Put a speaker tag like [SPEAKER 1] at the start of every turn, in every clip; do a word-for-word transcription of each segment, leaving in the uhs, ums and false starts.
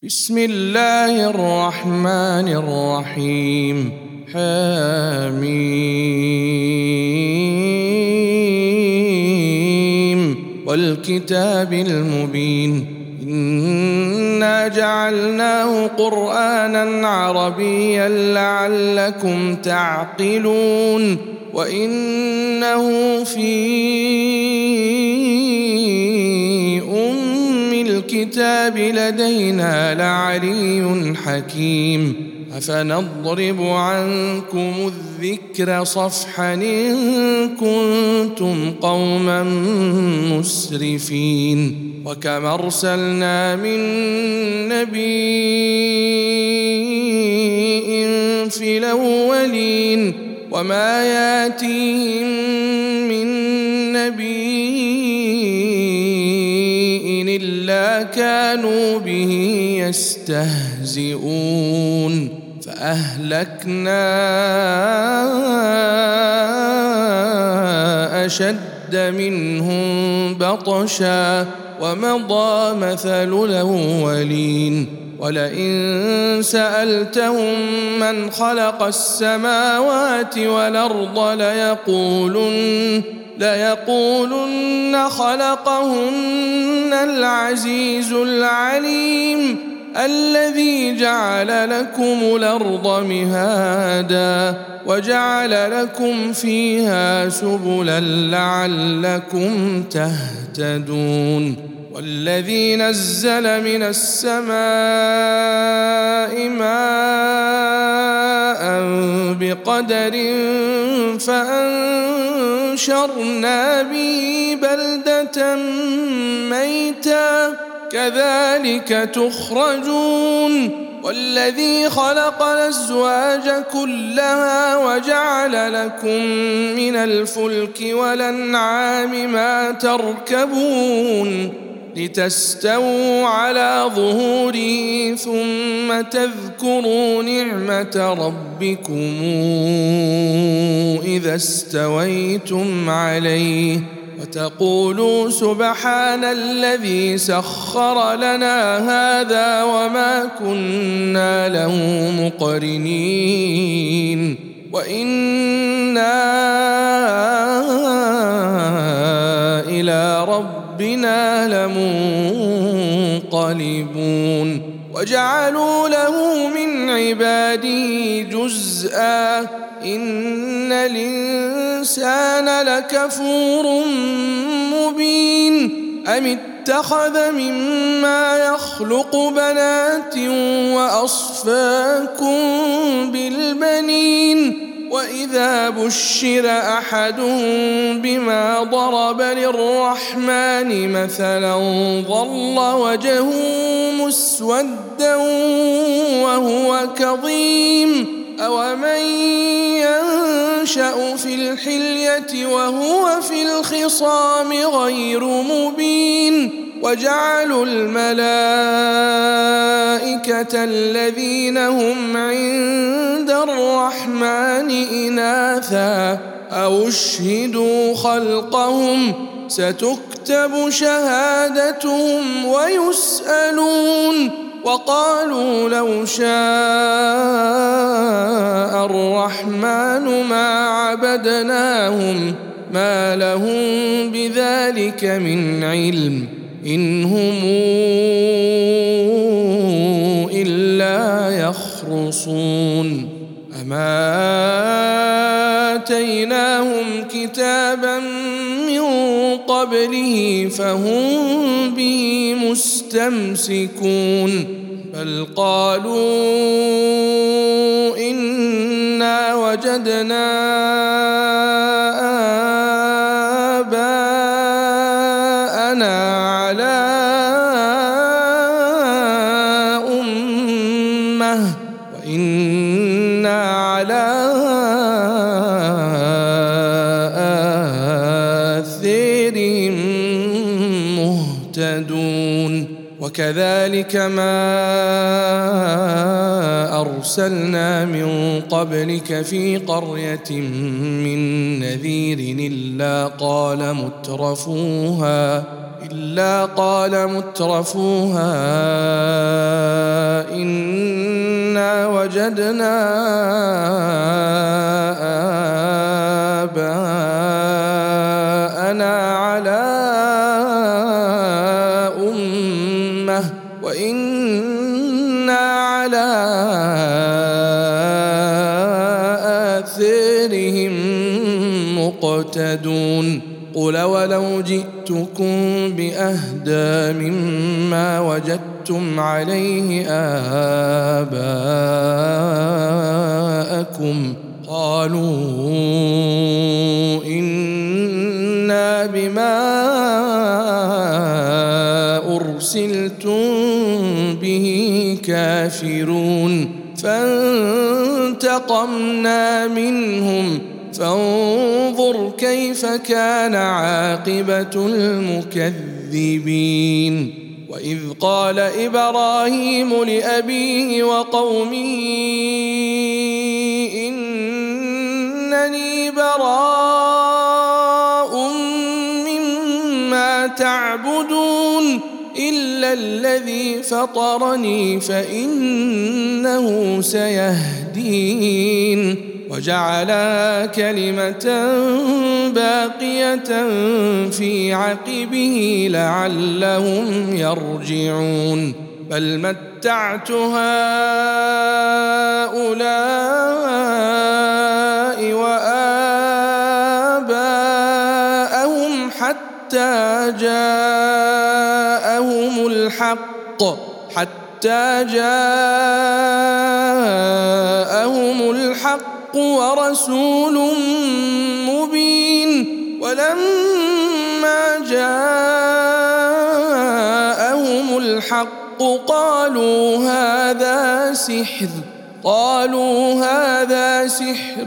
[SPEAKER 1] بسم الله الرحمن الرحيم. حميم والكتاب المبين. إنا جعلناه قرآنا عربيا لعلكم تعقلون وإنه في أم الكتاب لدينا لعلي حكيم. أفنضرب عنكم الذكر صفحا إن كنتم قوما مسرفين. وكم أرسلنا من نبي في الأولين وما ياتيهم من نبي إلا كانوا به يستهزئون فأهلكنا أشد منهم بطشا ومضى مثل الأولين. ولئن سألتهم من خلق السماوات والأرض ليقولن ليقولن خلقهن العزيز العليم الذي جعل لكم الأرض مهادا وجعل لكم فيها سبلا لعلكم تهتدون. والذي نزل من السماء ماء بقدر فأنشرنا به بلدة ميتا كذلك تخرجون. والذي خلق الأزواج كلها وجعل لكم من الفلك والأنعام ما تركبون لتستووا على ظهوره ثم تذكروا نعمة ربكم إذا استويتم عليه وتقولوا سبحان الذي سخر لنا هذا وما كنا له مقرنين وإنا إلى ربنا لمنقلبون. وجعلوا له من عباده جزءا إن الإنسان لكفور مبين. أم اتخذ مما يخلق بنات وأصفاكم بالبنين وإذا بشر أحدهم بما ضرب للرحمن مثلا ظل وجهه مسودا وهو كظيم. أومن ينشأ في الحلية وهو في الخصام غير مبين. وجعلوا الملائكة الذين هم عند الرحمن إناثا أو اشهدوا خلقهم ستكتب شهادتهم ويسألون. وقالوا لو شاء الرحمن ما عبدناهم ما لهم بذلك من علم إن هم إلا يخرصون. أما آتيناهم كتابا من قبله فهم به مستمسكون بل قالوا إنا وجدنا آباءنا على أمة وإنا على آثارهم مهتدون. وكذلك ما أرسلنا من قبلك في قرية من نذير إلا قال مترفوها إلا قال مترفوها وجدنا آباءنا على أمة وإنا على آثارهم مقتدون قل ولو جئتكم بأهدى مما وجدتم عليه آباءكم قالوا إنا بما أرسلتم به كافرون فانتقمنا منهم فانظر كيف كان عاقبة المكذبين وإذ قال إبراهيم لأبيه وقومه إنني براء مما تعبدون إلا الذي فطرني فإنه سيهدين وجعلها كلمة باقية في عقبه لعلهم يرجعون بل متعت هؤلاء وآباءهم حتى جاءهم الحق حتى جاءهم الحق ورسول مبين ولما جاءهم الحق قالوا هذا سحر قالوا هذا سحر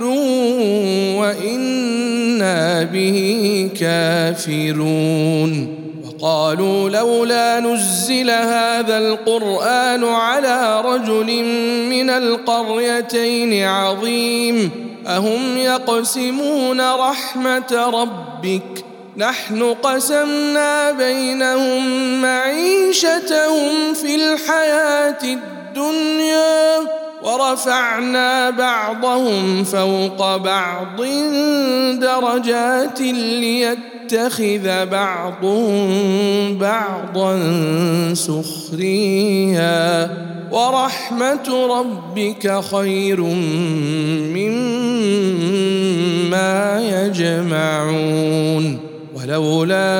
[SPEAKER 1] وإنا به كافرون وقالوا لولا نزل هذا القرآن على رجل من القريتين عظيم أهم يقسمون رحمة ربك نحن قسمنا بينهم معيشتهم في الحياة الدنيا ورفعنا بعضهم فوق بعض درجات ليتخذ بعضهم بعضا سخريا ورحمة ربك خير مما يجمعون ولولا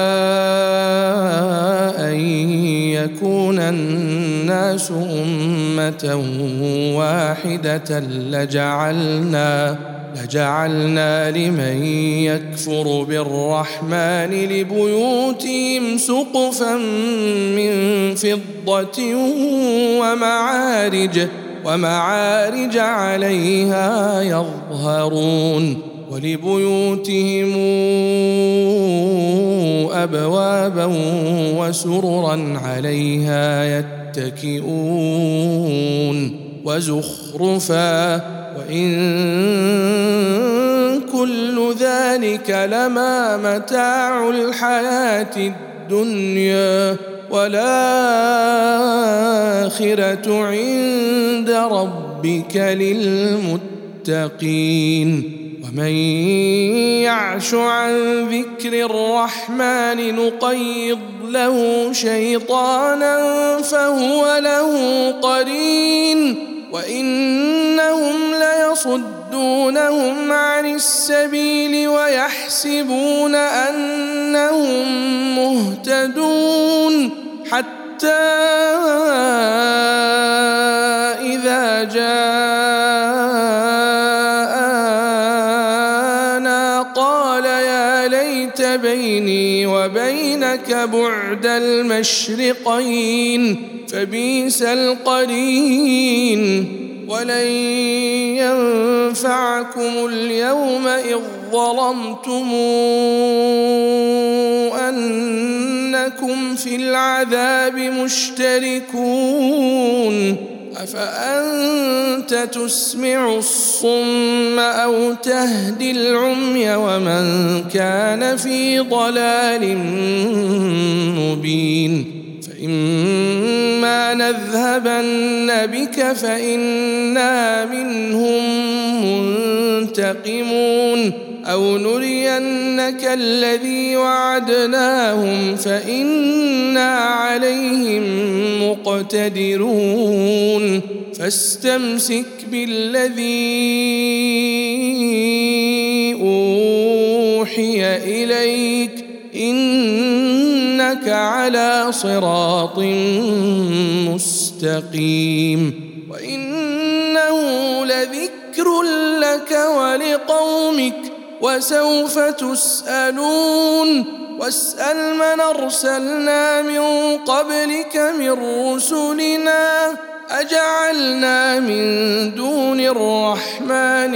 [SPEAKER 1] أن يكون الناس أمة واحدة لجعلنا لجعلنا لمن يكفر بالرحمن لبيوتهم سقفا من فضة ومعارج ومعارج عليها يظهرون ولبيوتهم أبوابا وسررا عليها يتكئون وزخرفا وإن كل ذلك لما متاع الحياة الدنيا والآخرة عند ربك للمتقين ومن يعش عن ذكر الرحمن نقيض له شيطانا فهو له قرين وإنهم ليصدونهم عن السبيل ويحسبون أنهم مهتدون حتى إذا جاءنا قال يا ليت بيني وبينك بعد المشرقين فبئس القرين ولن ينفعكم اليوم إذ ظلمتم أنكم في العذاب مشتركون أفأنت تسمع الصم أو تهدي العمي ومن كان في ضلال مبين فإما نذهبن بك فإنا منهم منتقمون أو نرينك الذي وعدناهم فإنا عليهم مقتدرون فاستمسك بالذي أوحي إليك إنك على صراط مستقيم وإنه لذكر لك ولقومك وسوف تسألون واسأل من أرسلنا من قبلك من رسلنا أجعلنا من دون الرحمن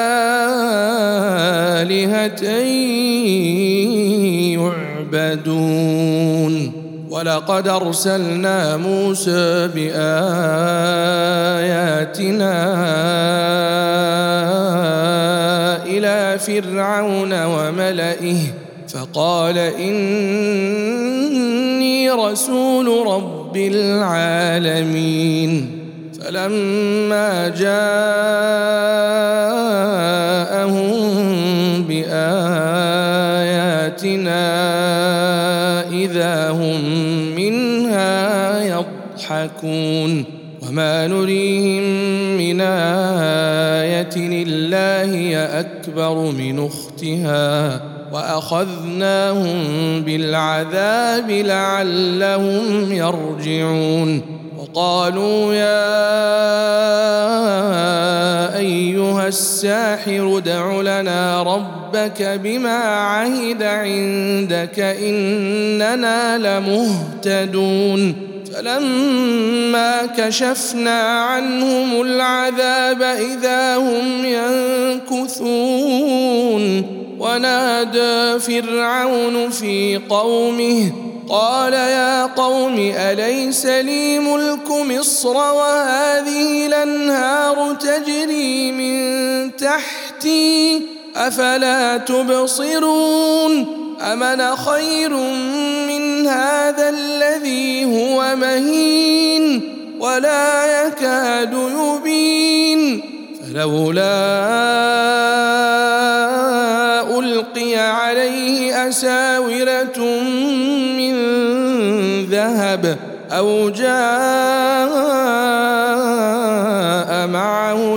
[SPEAKER 1] آلهة يعبدون ولقد أرسلنا موسى بآياتنا إلى فرعون وملئه فقال إني رسول رب العالمين فلما جاءهم بآياتنا إذا هم منها يضحكون وما نريهم من آية إلا هي أكبر من أختها وأخذناهم بالعذاب لعلهم يرجعون وقالوا يا أيها الساحر ادع لنا ربك بما عهد عندك إننا لمهتدون فلما كشفنا عنهم العذاب إذا هم ينكثون ونادى فرعون في قومه قال يا قوم أليس لي ملك مصر وهذه الأنهار تجري من تحتي أفلا تبصرون أمن خير من هذا الذي هو مهين ولا يكاد يبين فلولا ألقي عليه أساورة من ذهب أو جاء معه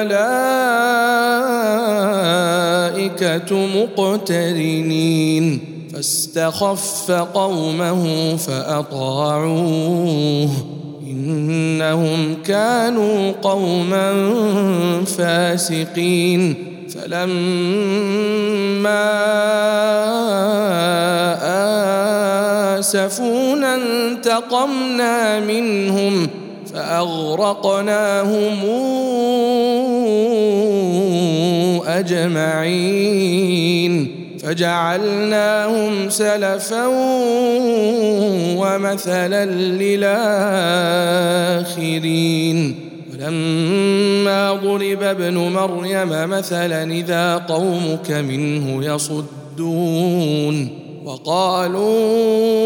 [SPEAKER 1] الملائكة مقترنين فاستخف قومه فأطاعوه إنهم كانوا قوما فاسقين فلما آسفونا انتقمنا منهم فأغرقناهم أجمعين فجعلناهم سلفا ومثلا للآخرين ولما ضرب ابن مريم مثلا إذا قومك منه يصدون وقالوا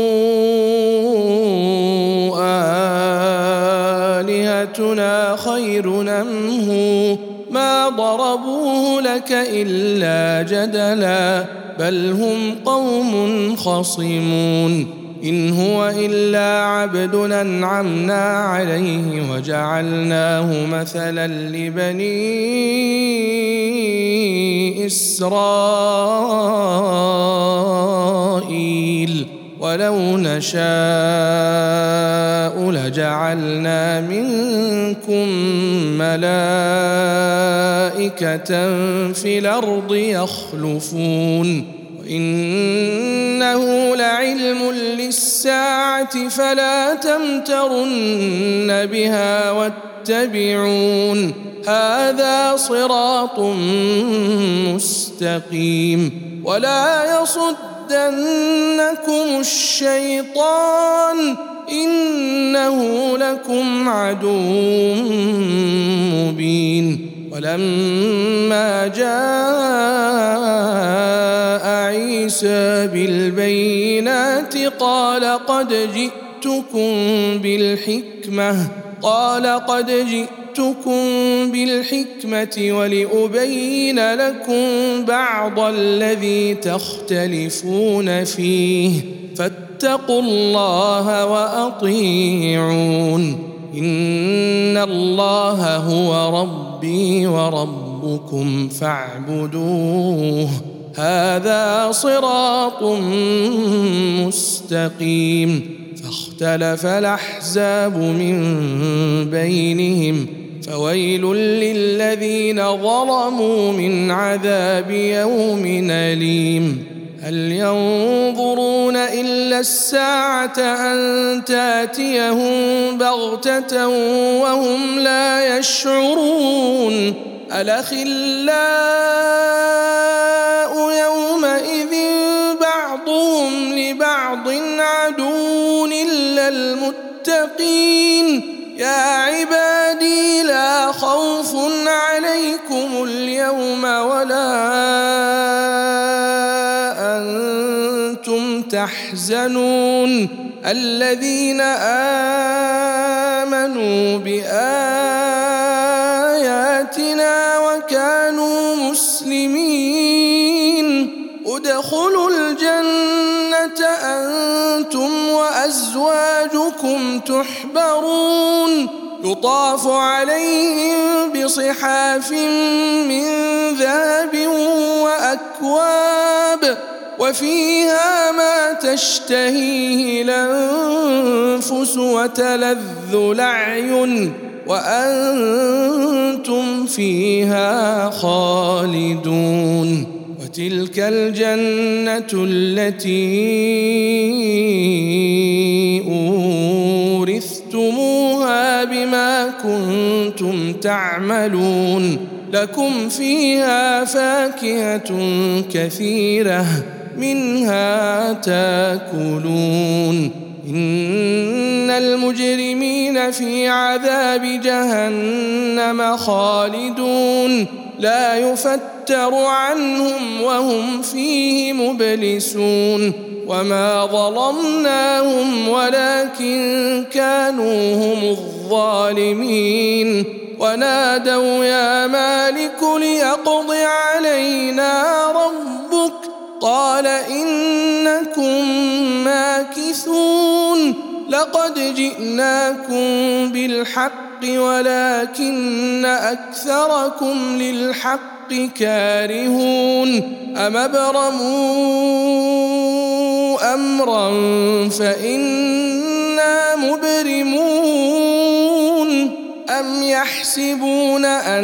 [SPEAKER 1] آلهتنا خير أم هو ما ضربوه لك إلا جدلا بل هم قوم خصمون إن هو إلا عبد أنعمنا عليه وجعلناه مثلا لبني إسرائيل ولو نشاء لجعلنا منكم ملائكة في الأرض يخلفون وإنه لعلم للساعة فلا تمترن بها واتبعون هذا صراط مستقيم ولا يصدنكم الشيطان إنه لكم عدو مبين ولما جاء عيسى بالبينات قال قد جئت جئتكم بالحكمة قال قد جئتكم بالحكمة ولأبين لكم بعض الذي تختلفون فيه فاتقوا الله وأطيعون إن الله هو ربي وربكم فاعبدوه هذا صراط مستقيم فاختلف الأحزاب من بينهم فويل للذين ظلموا من عذاب يوم أليم هل ينظرون إلا الساعة أن تأتيهم بغتة وهم لا يشعرون الأخلاء يومئذ بعضهم لبعض عدو إلا المتقين يا عبادي لا خوف عليكم اليوم ولا أنتم تحزنون الذين آمنوا بآياتنا وكانوا مسلمين ادخلوا الجنة أنتم وأزواجكم تحبرون يطاف عليهم بصحاف من ذهب وأكواب وفيها ما تشتهيه الأنفس وتلذ الأعين وأنتم فيها خالدون وتلك الجنة التي أورثتموها بما كنتم تعملون لكم فيها فاكهة كثيرة منها تاكلون إن المجرمين في عذاب جهنم خالدون لا يفتر عنهم وهم فيه مبلسون وما ظلمناهم ولكن كانوا هم الظالمين ونادوا يا مالك ليقض علينا ربك قال إنكم ماكثون لقد جئناكم بالحق ولكن أكثركم للحق كارهون أم أبرموا أمرا فإنا مبرمون أم يحسبون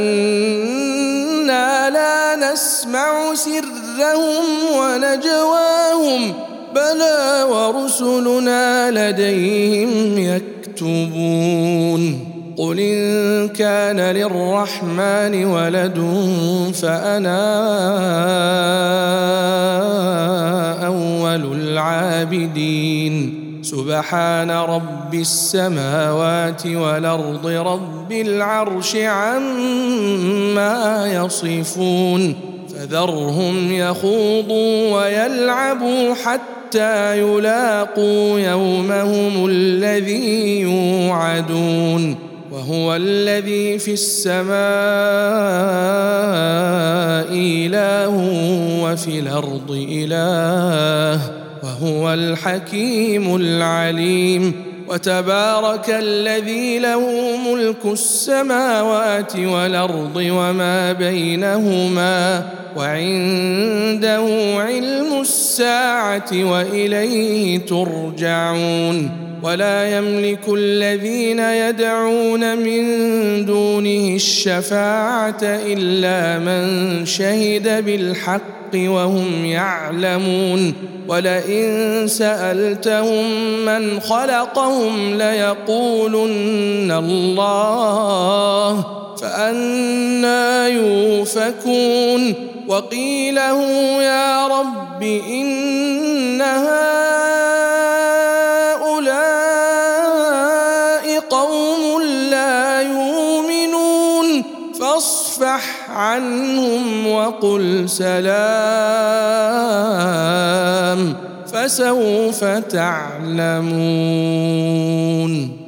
[SPEAKER 1] أنا لا نسمع سرهم ونجواهم بلى ورسلنا لديهم يكتبون قل إن كان للرحمن ولد فأنا أول العابدين سبحان رب السماوات والأرض رب العرش عما يصفون فذرهم يخوضوا ويلعبوا حتى يلاقوا يومهم الذي يوعدون وهو الذي في السماء إله وفي الأرض إله وهو الحكيم العليم وتبارك الذي له ملك السماوات والأرض وما بينهما وعنده علم الساعة وإليه ترجعون ولا يملك الذين يدعون من دونه الشفاعة إلا من شهد بالحق وهم يعلمون ولئن سألتهم من خلقهم ليقولن الله فأنى يؤفكون وقيله يا رب إن هؤلاء قوم لا يؤمنون فاصفح عنهم وقل سلام فسوف تعلمون.